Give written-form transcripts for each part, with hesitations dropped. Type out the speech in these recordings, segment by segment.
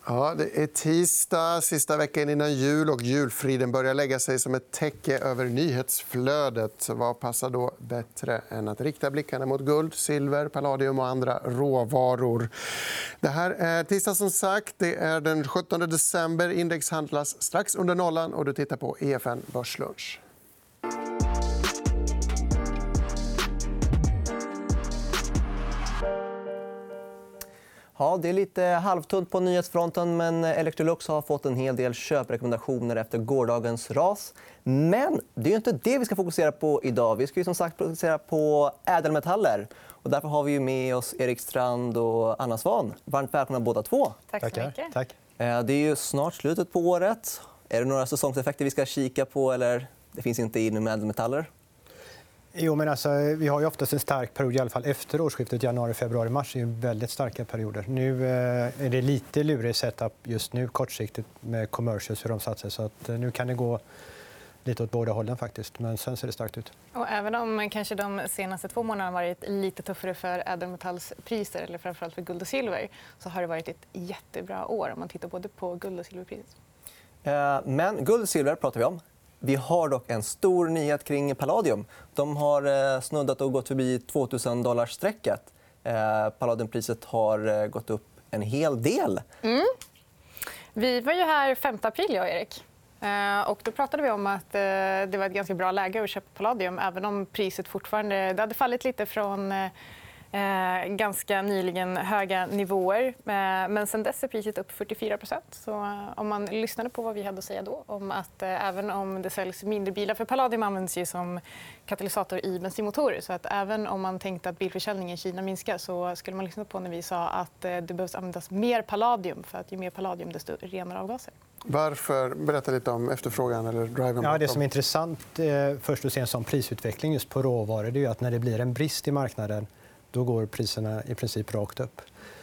Ja, det är tisdag, sista veckan innan jul och julfriden börjar lägga sig som ett täcke över nyhetsflödet. Vad passar då bättre än att rikta blickarna mot guld, silver, palladium och andra råvaror? Det här är tisdag som sagt. Det är den 17 december. Index handlas strax under nollan och du tittar på EFN Börslunch. Ja, det är lite halvtunt på nyhetsfronten, men Electrolux har fått en hel del köprekommendationer efter gårdagens ras. Men det är inte det vi ska fokusera på idag. Vi ska ju som sagt fokusera på ädelmetaller. Och därför har vi med oss Erik Strand och Anna Svan. Varmt välkomna båda två. Tack så mycket. Tack. Det är ju snart slutet på året. Är det några säsongseffekter vi ska kika på eller det finns inte inom ädelmetaller? Jo, men alltså, vi har ju oftast en stark period, i alla fall efter årsskiftet. Januari, februari, mars är ju väldigt starka perioder. Nu är det lite lurig setup just nu kortsiktigt med commercials hur de satsar. Så att, nu kan det gå lite åt båda hållen faktiskt. Men sen ser det starkt ut. Och även om kanske de senaste 2 månaderna varit lite tuffare för ädelmetallspriser eller framförallt för guld och silver så har det varit ett jättebra år om man tittar både på guld och silverpriset. Men guld och silver pratar vi om. Vi har dock en stor nyhet kring palladium. De har snuddat och gått förbi $2000-strecket. Palladiumpriset har gått upp en hel del. Vi var ju här 5 april, jag och Erik. Och då pratade vi om att det var ett ganska bra läge att köpa palladium även om priset fortfarande det hade fallit lite från ganska nyligen höga nivåer. Men sen dess är priset upp 44%. Så om man lyssnade på vad vi hade att säga då om att även om det säljs mindre bilar för palladium används ju som katalysator i bensinmotorer. Så att även om man tänkte att bilförsäljningen i Kina minskar så skulle man lyssna på när vi sa att det behövs användas mer palladium för att ju mer palladium desto renare avgaser. Varför? Berätta lite om efterfrågan eller driven. Ja, det som är intressant först att se en sån prisutveckling just på råvaror det är att när det blir en brist i marknaden då går priserna i princip rakt upp.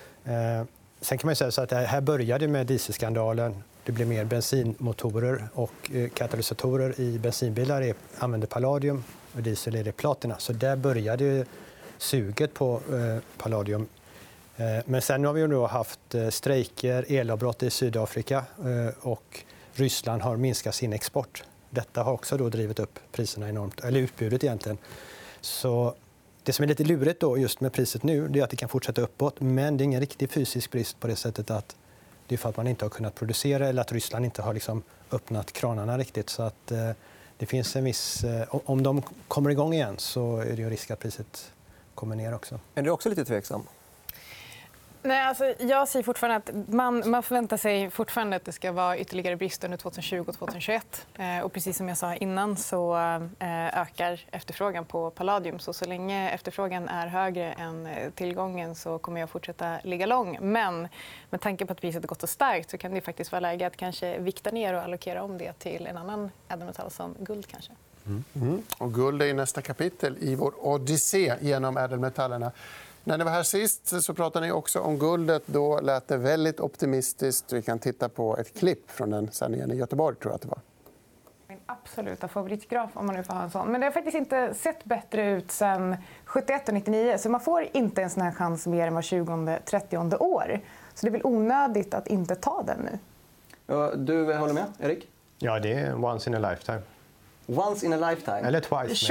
Sen kan man säga så att det här började med dieselskandalen. Det blev mer bensinmotorer och katalysatorer i bensinbilar använder palladium och diesel är det platina. Så där började suget på palladium. Men sen har vi då haft strejker, elavbrott i Sydafrika och Ryssland har minskat sin export. Detta har också då drivit upp priserna enormt, eller utbudet egentligen. Så det som är lite lurigt då just med priset nu det är att det kan fortsätta uppåt. Men det är ingen riktig fysisk brist på det sättet att det är för att man inte har kunnat producera eller att Ryssland inte har liksom öppnat kranarna riktigt. Så att det finns en viss... Om de kommer igång igen så är det ju risk att priset kommer ner också. Är du också lite tveksam? Nej, alltså, jag säger fortfarande att man förväntar sig fortfarande att det ska vvara ytterligare brist under 2020 och 2021. Och precis som jag sa innan så ökar efterfrågan på palladium. Så länge efterfrågan är högre än tillgången så kommer jag fortsätta ligga lång. Men med tanke på att priset har gått så starkt så kan det faktiskt vara läge att kanske vikta ner och allokera om det till en annan ädelmetall som guld kanske. Och guld är nästa kapitel i vår odyssé genom ädelmetallerna. När ni var här sist så pratade ni också om guldet. Då lät det väldigt optimistiskt. Vi kan titta på ett klipp från den sändningen i Göteborg. Tror jag att det var. Min absoluta favoritgraf om man nu får ha en sån. Men det har faktiskt inte sett bättre ut sen 71 och 99. Så man får inte en sån här chans mer än var 20-30 år. Så det är väl onödigt att inte ta den nu. Du håller med, Erik? Ja, det är once in a lifetime. Once in a lifetime? Eller twice.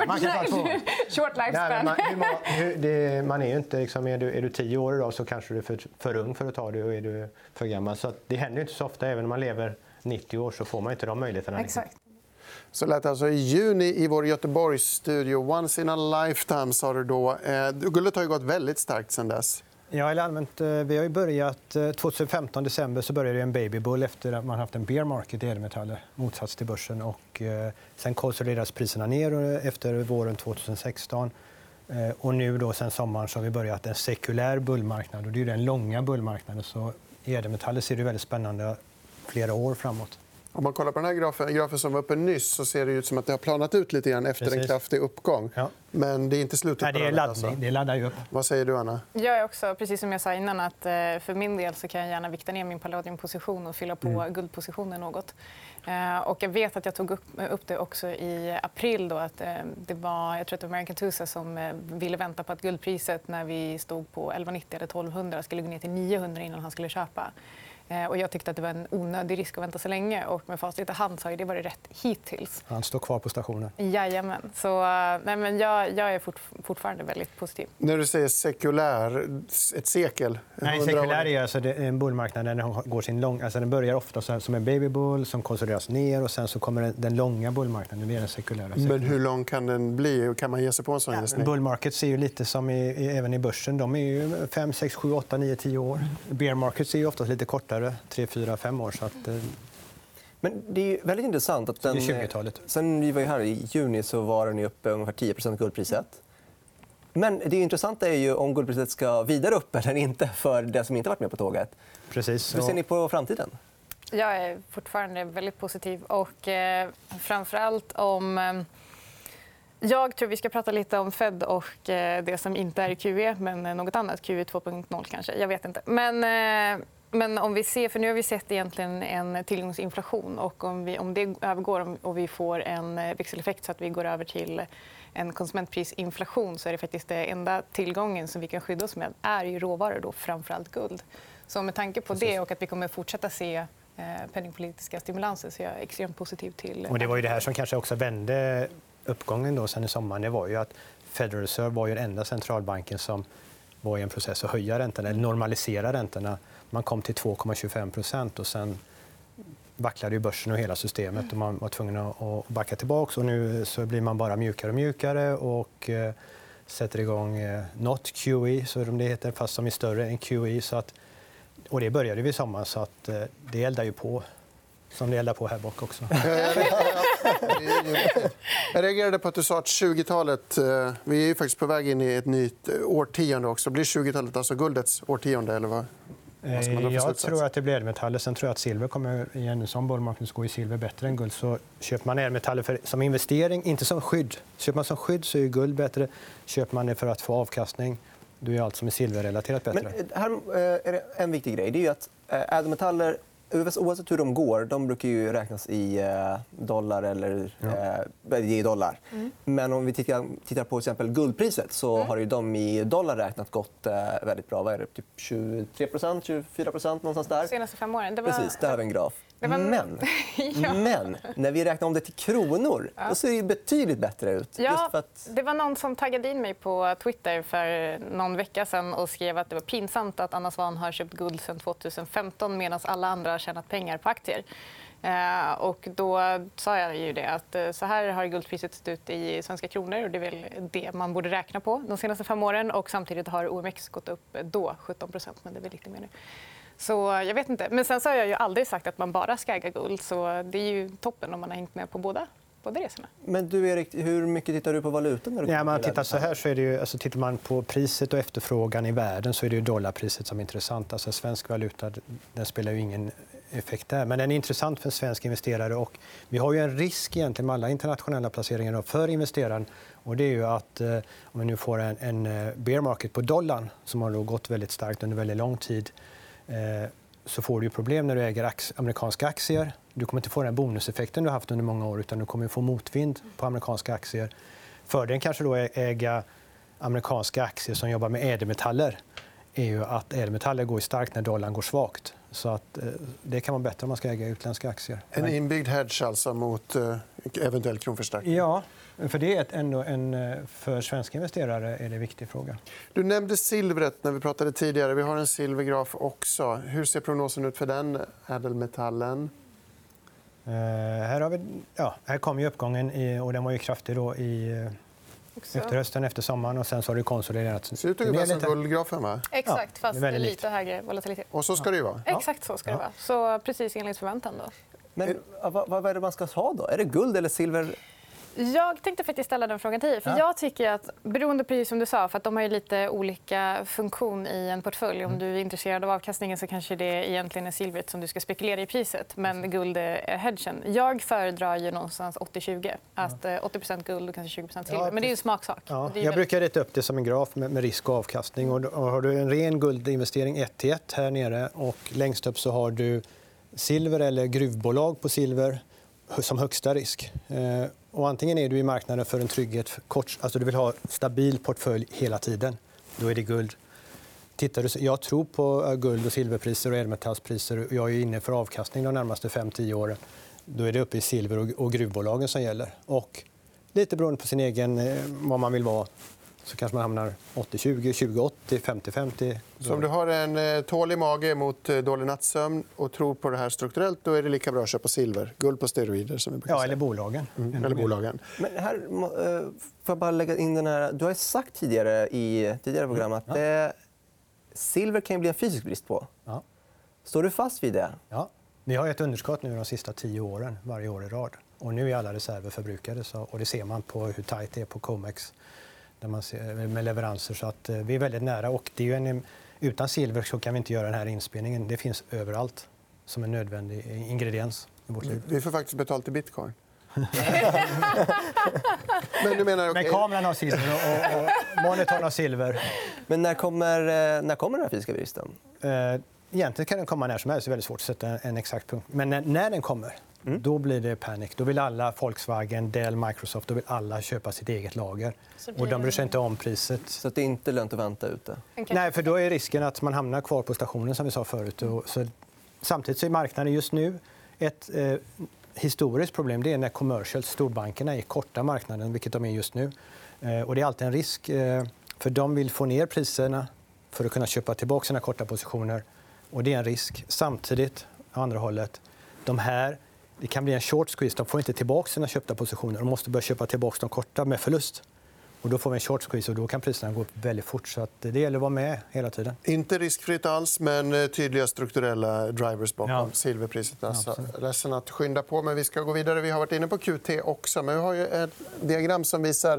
Short lifespan. Man är ju inte, liksom, är du 10 år idag så kanske du är för ung för att ta det och är du för gammal. Så det händer inte så ofta. Även om man lever 90 år så får man inte de möjligheterna. Exakt. Så lät alltså i juni i vår Göteborgsstudio. Once in a lifetime sa du då. Guldet har ju gått väldigt starkt sen dess. Ja, eller allmänt. Vi har ju börjat 2015 december så började en babybull efter att man haft en bear market i ädelmetaller motsats till börsen och sen konsolideras priserna ner efter våren 2016 och nu då sen sommaren så har vi börjat en sekulär bullmarknad och det är ju den långa bullmarknaden så i ädelmetaller ser det väldigt spännande flera år framåt. Om man kollar på den här grafen som var uppe nyss så ser det ut som att det har planat ut lite grann efter en kraftig uppgång. Ja. Men det är inte slutet på det är laddning. Alltså. Det laddar ju upp. Vad säger du, Anna? Jag är också, precis som jag sa innan, att för min del så kan jag gärna vikta ner min palladiumposition och fylla på guldpositionen något. Och jag vet att jag tog upp det också i april då att det var, jag tror att det var American Tusa som ville vänta på att guldpriset när vi stod på 1190 eller 1200 skulle gå ner till 900 innan han skulle köpa. Och jag tyckte att det var en onödig risk att vänta så länge. Och med facit i hand så har det varit rätt hittills. Han står kvar på stationen. Jajamän. Så jag är fortfarande väldigt positiv. När du säger sekulär, ett sekel? Nej, sekulär är alltså en bullmarknad när den går sin lång... Alltså den börjar ofta som en babybull som konsolideras ner och sen så kommer den långa bullmarknaden. Det är den sekulära. Men hur lång kan den bli? Kan man ge sig på en sån investering? Bullmarkets är ju lite som även i börsen. De är ju 5, 6, 7, 8, 9, 10 år. Bear markets är ju ofta lite kortare, 3, 4, 5 år. Så att, Men det är väldigt intressant att det är 20-talet. Sen vi var här i juni så var den uppe ungefär 10% guldpriset. Men det intressanta är ju om guldpriset ska vidare upp eller inte för det som inte varit med på tåget. Precis. Hur ser ni på framtiden? Jag är fortfarande väldigt positiv. Och framförallt om... Jag tror vi ska prata lite om Fed och det som inte är QE, men något annat. QE 2.0 kanske. Jag vet inte. Men om vi ser, för nu har vi sett egentligen en tillgångsinflation. Och om det övergår och vi får en växeleffekt så att vi går över till en konsumentprisinflation så är det faktiskt det enda tillgången som vi kan skydda oss med är ju råvaror, då, framförallt guld. Så med tanke på det och att vi kommer fortsätta se penningpolitiska stimulanser så är jag extremt positiv till... Och det var ju det här som kanske också vände uppgången då sen i sommaren. Det var ju att Federal Reserve var ju den enda centralbanken som var i en process att höja räntorna eller normalisera räntorna. Man kom till 2,25% och sen vacklade ju börsen och hela systemet och man var tvungen att backa tillbaka. Och nu så blir man bara mjukare och mjukare och sätter igång not QE, så det heter, fast som är större än QE. Så att, och det började vi i sommar så att det eldar ju på. Som det eldar på här bak också. Jag reagerade på att du sa att 20-talet... Vi är ju faktiskt på väg in i ett nytt årtionde också. Blir 20-talet alltså guldets årtionde? Eller vad ska man då för jag slutsats? tror att det blir ädelmetaller. Sen tror jag att silver kommer i en sån bullmarknad så går i silver bättre än guld. Så köper man ädelmetaller som investering, inte som skydd. Köper man som skydd så är guld bättre. Köper man det för att få avkastning, då är allt som är silverrelaterat bättre. Men här är det en viktig grej. Det är ju att ädelmetaller, oavsett hur de går, de brukar ju räknas i dollar eller i dollar. Men om vi tittar på exempel guldpriset så har ju de i dollar räknat gått väldigt bra. Vad är det? Typ 23%, 24% någonstans där. De senaste 5 åren. Precis, där har vi en graf. Men när vi räknar om det till kronor då ser det betydligt bättre ut. Ja, just för att... Det var någon som taggade in mig på Twitter för någon vecka sedan och skrev att det var pinsamt att Anna Svan har köpt guld sedan 2015 medan alla andra har tjänat pengar på aktier. Och då sa jag ju det att så här har guldpriset sett ut i svenska kronor och det är väl det man borde räkna på de senaste 5 åren. Och samtidigt har OMX gått upp då 17%, men det är väl lite mer nu. Så jag vet inte. Men sen så har jag ju aldrig sagt att man bara ska äga guld. Så det är ju toppen om man har hängt med på båda resorna. Men du, Erik, hur mycket tittar du på valutan? När du man tittar så här så är det ju, alltså tittar man på priset och efterfrågan i världen så är det ju dollarpriset som är intressant. Alltså svensk valuta, den spelar ju ingen effekt där. Men den är intressant för svensk investerare och vi har ju en risk egentligen med alla internationella placeringar för investeraren. Och det är ju att om vi nu får en bear market på dollarn som har då gått väldigt starkt under väldigt lång tid så får du ju problem när du äger amerikanska aktier. Du kommer inte få den bonuseffekten du har haft under många år utan du kommer få motvind på amerikanska aktier. Fördelen kanske då är att äga amerikanska aktier som jobbar med ädelmetaller är ju att ädelmetaller går starkt när dollarn går svagt. Så att det kan vara bättre om man ska äga utländska aktier. En inbyggd hedge alltså mot eventuell kronförstärkning? Ja, för det är ändå för svenska investerare är det en viktig fråga. Du nämnde silvret när vi pratade tidigare. Vi har en silvergraf också. Hur ser prognosen ut för den ädelmetallen? Här kom ju uppgången och den var ju kraftig då efter hösten, efter sommaren och sen så har det konsoliderats. Det ser ut ungefär som guldgrafen, va? Exakt, fast det är lite högre volatilitet. Och så ska det ju vara. Exakt så ska det vara. Så precis enligt förväntan då. Men vad är det man ska ha då? Är det guld eller silver? Jag tänkte faktiskt ställa den frågan till dig. För jag tycker att, beroende på som du sa, för att de har ju lite olika funktion i en portfölj. Om du är intresserad av avkastningen så kanske det egentligen är silvret som du ska spekulera i priset. Men guld är hedgen. Jag föredrar ju någonstans 80-20. Att 80% guld och kanske 20% silver. Men det är ju en smaksak. Ja, jag brukar rita upp det som en graf med risk och avkastning. Och har du en ren guldinvestering 1-1 här nere och längst upp så har du silver eller gruvbolag på silver som högsta risk. Och antingen är du i marknaden för en trygghet, alltså du vill ha stabil portfölj hela tiden. Då är det guld. Jag tror på guld- och silverpriser och ädelmetallspriser. Jag är inne för avkastning de närmaste 5-10 åren. Då är det uppe i silver- och gruvbolagen som gäller. Och lite beroende på sin egen, vad man vill vara, så kanske man hamnar 80-20, 20-80, 50-50. Så om du har en tålig mage mot dålig nattsömn och tror på det här strukturellt, då är det lika bra att köpa silver. Guld på steroider, som vi brukar säga. Eller bolagen. Eller bolagen. Men här får jag bara lägga in den här... Du har sagt tidigare i tidigare program att silver kan bli en fysisk brist på. Ja. Står du fast vid det? Ja. Vi har ett underskott nu de sista 10 åren, varje år i rad. Och nu är alla reserver förbrukade. Och det ser man på hur tajt det är på Comex där man ser, med leveranser. Så att vi är väldigt nära. Och det är ju utan silver så kan vi inte göra den här inspelningen. Det finns överallt som en nödvändig ingrediens i vårt liv. Vi får faktiskt betalt i bitcoin. Men du menar, Men kameran har silver och monitorn har silver. Men när kommer den här fysiska bristen? Egentligen kan den komma när som helst. Det är väldigt svårt att sätta en exakt punkt. Men när den kommer, då blir det panik. Då vill alla, Volkswagen, Dell, Microsoft, då vill alla köpa sitt eget lager. Och de bryr sig inte om priset. Så att det är inte lönt att vänta ute? Nej, för då är risken att man hamnar kvar på stationen som vi sa förut. Så, samtidigt så är marknaden just nu ett historiskt problem. Det är när commercials, storbankerna, är korta marknaden, vilket de är just nu. Och det är alltid en risk, för de vill få ner priserna för att kunna köpa tillbaka sina korta positioner. Och det är en risk. Samtidigt, andra hållet, det kan bli en short squeeze. De får inte tillbaka sina köpta positioner. De måste börja köpa tillbaka de korta med förlust. Och då får vi en short squeeze och då kan priserna gå upp väldigt fort. Så att det gäller att vara med hela tiden. Inte riskfritt alls, men tydliga strukturella drivers bakom silverpriset. Alltså, ledsen att skynda på, men vi ska gå vidare. Vi har varit inne på QT också, men vi har ju ett diagram som visar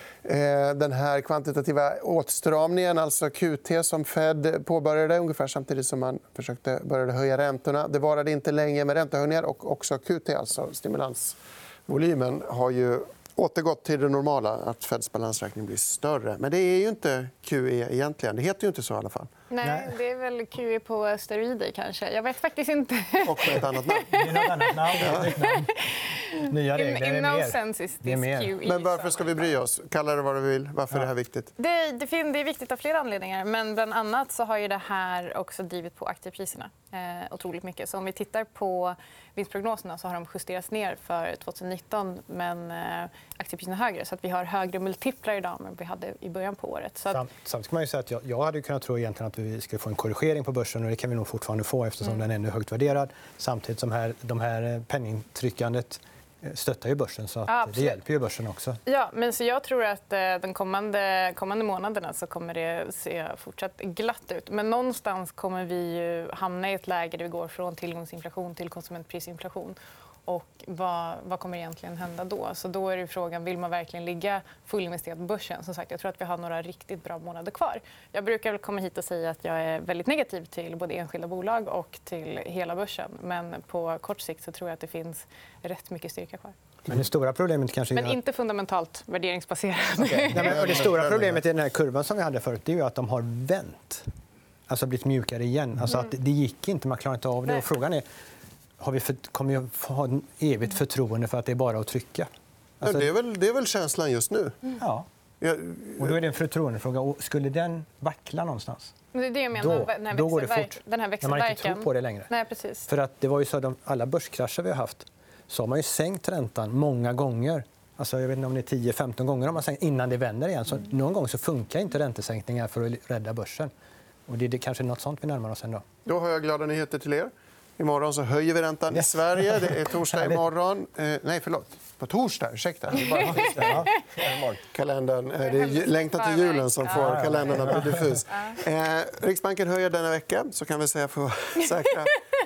den här kvantitativa åtstramningen, alltså QT, som Fed påbörjade ungefär samtidigt som man började höja räntorna. Det varade inte länge med räntehöjningar, och också QT, alltså stimulansvolymen, har ju återgått till det normala, att Feds balansräkning blir större. Men det är ju inte QE egentligen. Det heter ju inte så i alla fall. Nej, det är väl QE på steroider kanske. Jag vet faktiskt inte. Och med ett annat namn. Det är något annat namn. Nya regler In är no mer. sense is Det är this mer. QE. Men varför ska vi bry oss? Kalla det vad du vill. Varför är det här viktigt? Det är viktigt av flera anledningar. Men bland annat så har ju det här också drivit på aktiepriserna otroligt mycket. Så om vi tittar på vinstprognoserna så har de justerats ner för 2019, men aktiepriserna är högre. Så att vi har högre multiplar idag än vi hade i början på året. Så att... Samtidigt kan man ju säga att jag hade kunnat tro egentligen att vi skulle få en korrigering på börsen, och det kan vi nog fortfarande få eftersom den är ännu högt värderad. Samtidigt som de här penningtryckandet stöttar ju börsen, så att det hjälper ju börsen också. Ja, men så jag tror att de kommande månaderna så kommer det se fortsatt glatt ut. Men någonstans kommer vi ju hamna i ett läge där vi går från tillgångsinflation till konsumentprisinflation. Och vad kommer egentligen hända då? Så då är det frågan, vill man verkligen ligga fullinvesterad på börsen? Som sagt, jag tror att vi har några riktigt bra månader kvar. Jag brukar väl komma hit och säga att jag är väldigt negativ till både enskilda bolag och till hela börsen. Men på kort sikt så tror jag att det finns rätt mycket styrka kvar. Men det stora problemet kanske Men inte fundamentalt värderingsbaserat. Nej, men det stora problemet i den här kurvan som vi hade förut, det är ju att de har vänt. Alltså blivit mjukare igen. Alltså att det gick inte, man klarar inte av det. Och frågan är, kommer vi ha en evigt förtroende för att det är bara att trycka? Alltså... Det är väl känslan just nu. Ja. Och då är det en förtroendefråga. Och skulle den vackla någonstans, Det är det jag menar. då går det fort. Den här när man inte tror på det längre. Nej, precis. För att det var ju så alla börskrascher vi har haft, så har man ju sänkt räntan många gånger. Alltså, jag vet inte om det är 10-15 gånger har man sänkt innan det vänder igen. Så någon gång så funkar inte räntesänkningar för att rädda börsen. Och det är kanske något sånt vi närmar oss ändå. Då har jag glada nyheter till er. Imorgon så höjer vi räntan i Sverige. Det är torsdag imorgon. Nej, förlåt. På torsdag. Ursäkta. Det är bara torsdag. Kalendern. Det är längtan till julen som får kalendern att bli diffus. Riksbanken höjer denna vecka, så kan vi säga för att säkra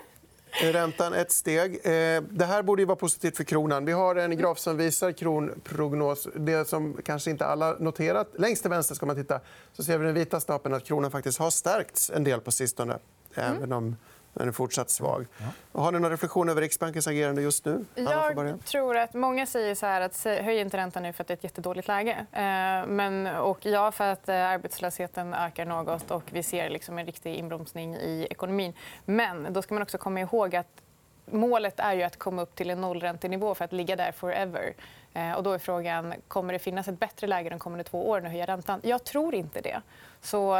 räntan ett steg. Det här borde ju vara positivt för kronan. Vi har en graf som visar kronprognos. Det som kanske inte alla noterat. Längst till vänster ska man titta, så ser vi den vita stapeln att kronan faktiskt har stärkts en del på sistone. Även om den är fortsatt svag. Har ni några reflektioner över Riksbankens agerande just nu? Jag tror att många säger så här att höj inte räntan nu för att det är ett jättedåligt läge. För att arbetslösheten ökar något och vi ser liksom en riktig inbromsning i ekonomin. Men då ska man också komma ihåg att målet är ju att komma upp till en nollräntenivå för att ligga där forever. Och då är frågan, kommer det finnas ett bättre läge de kommande 2 åren att höja räntan? Jag tror inte det. Så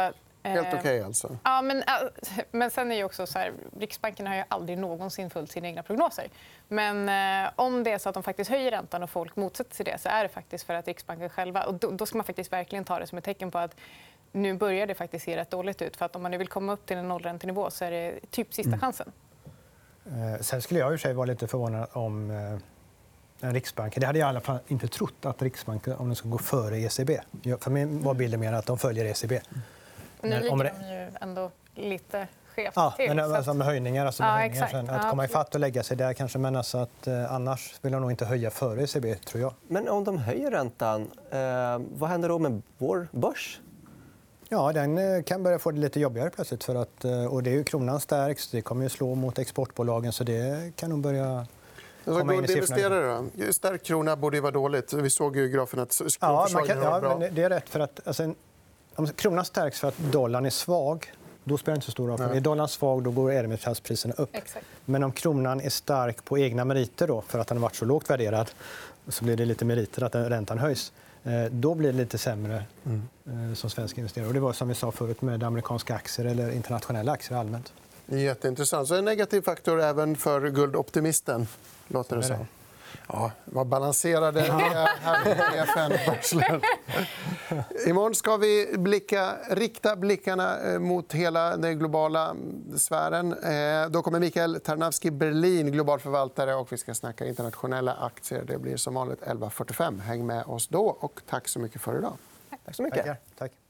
Helt okej, alltså. Ja, men sen är ju också så här, Riksbanken har ju aldrig någonsin följt sina egna prognoser. Men om det är så att de faktiskt höjer räntan och folk motsätter sig det så är det faktiskt för att Riksbanken själva... Och då ska man faktiskt verkligen ta det som ett tecken på att nu börjar det faktiskt se rätt dåligt ut. För att om man nu vill komma upp till en nollräntenivå så är det typ sista chansen. Sen skulle jag i och för sig vara lite förvånad om Riksbanken. Det hade jag i alla fall inte trott att Riksbanken om den ska gå före ECB. För mig var bilden mer att de följer ECB. Nu ligger de ju ändå lite skevt till. Men alltså med höjningar. Alltså med höjningar exakt. att komma ifatt och lägga sig där kanske. Men alltså att, annars vill de nog inte höja före ECB, tror jag. Men om de höjer räntan, vad händer då med vår börs? Ja, den kan börja få det lite jobbigare plötsligt. För att, och det är ju kronan stärks. Det kommer ju slå mot exportbolagen. Så det kan nog börja... Guldinvesterare då? Stark krona borde ju vara dåligt. Vi såg ju grafen att kronförsörjningen var bra. Men det är rätt. För att, alltså, om kronan stärks för att dollarn är svag, då spelar det inte så stor roll. Är dollarn svag, då går ädelmetallspriserna upp. Exakt. Men om kronan är stark på egna meriter då, för att den har varit så lågt värderad, så blir det lite meriter att räntan höjs. Då blir det lite sämre som svensk investerare. Och det var som vi sa förut med amerikanska aktier eller internationella aktier allmänt. Jätteintressant. Så en negativ faktor även för guldoptimisten, låter det som. Ja, vad balanserade EFN-börsen. Imorgon ska vi rikta blickarna mot hela den globala sfären. Då kommer Mikael Tarnavski, Berlin, global förvaltare, och vi ska snacka internationella aktier. Det blir som vanligt 11.45. Häng med oss då, och tack så mycket för idag. Tack så mycket. Tack.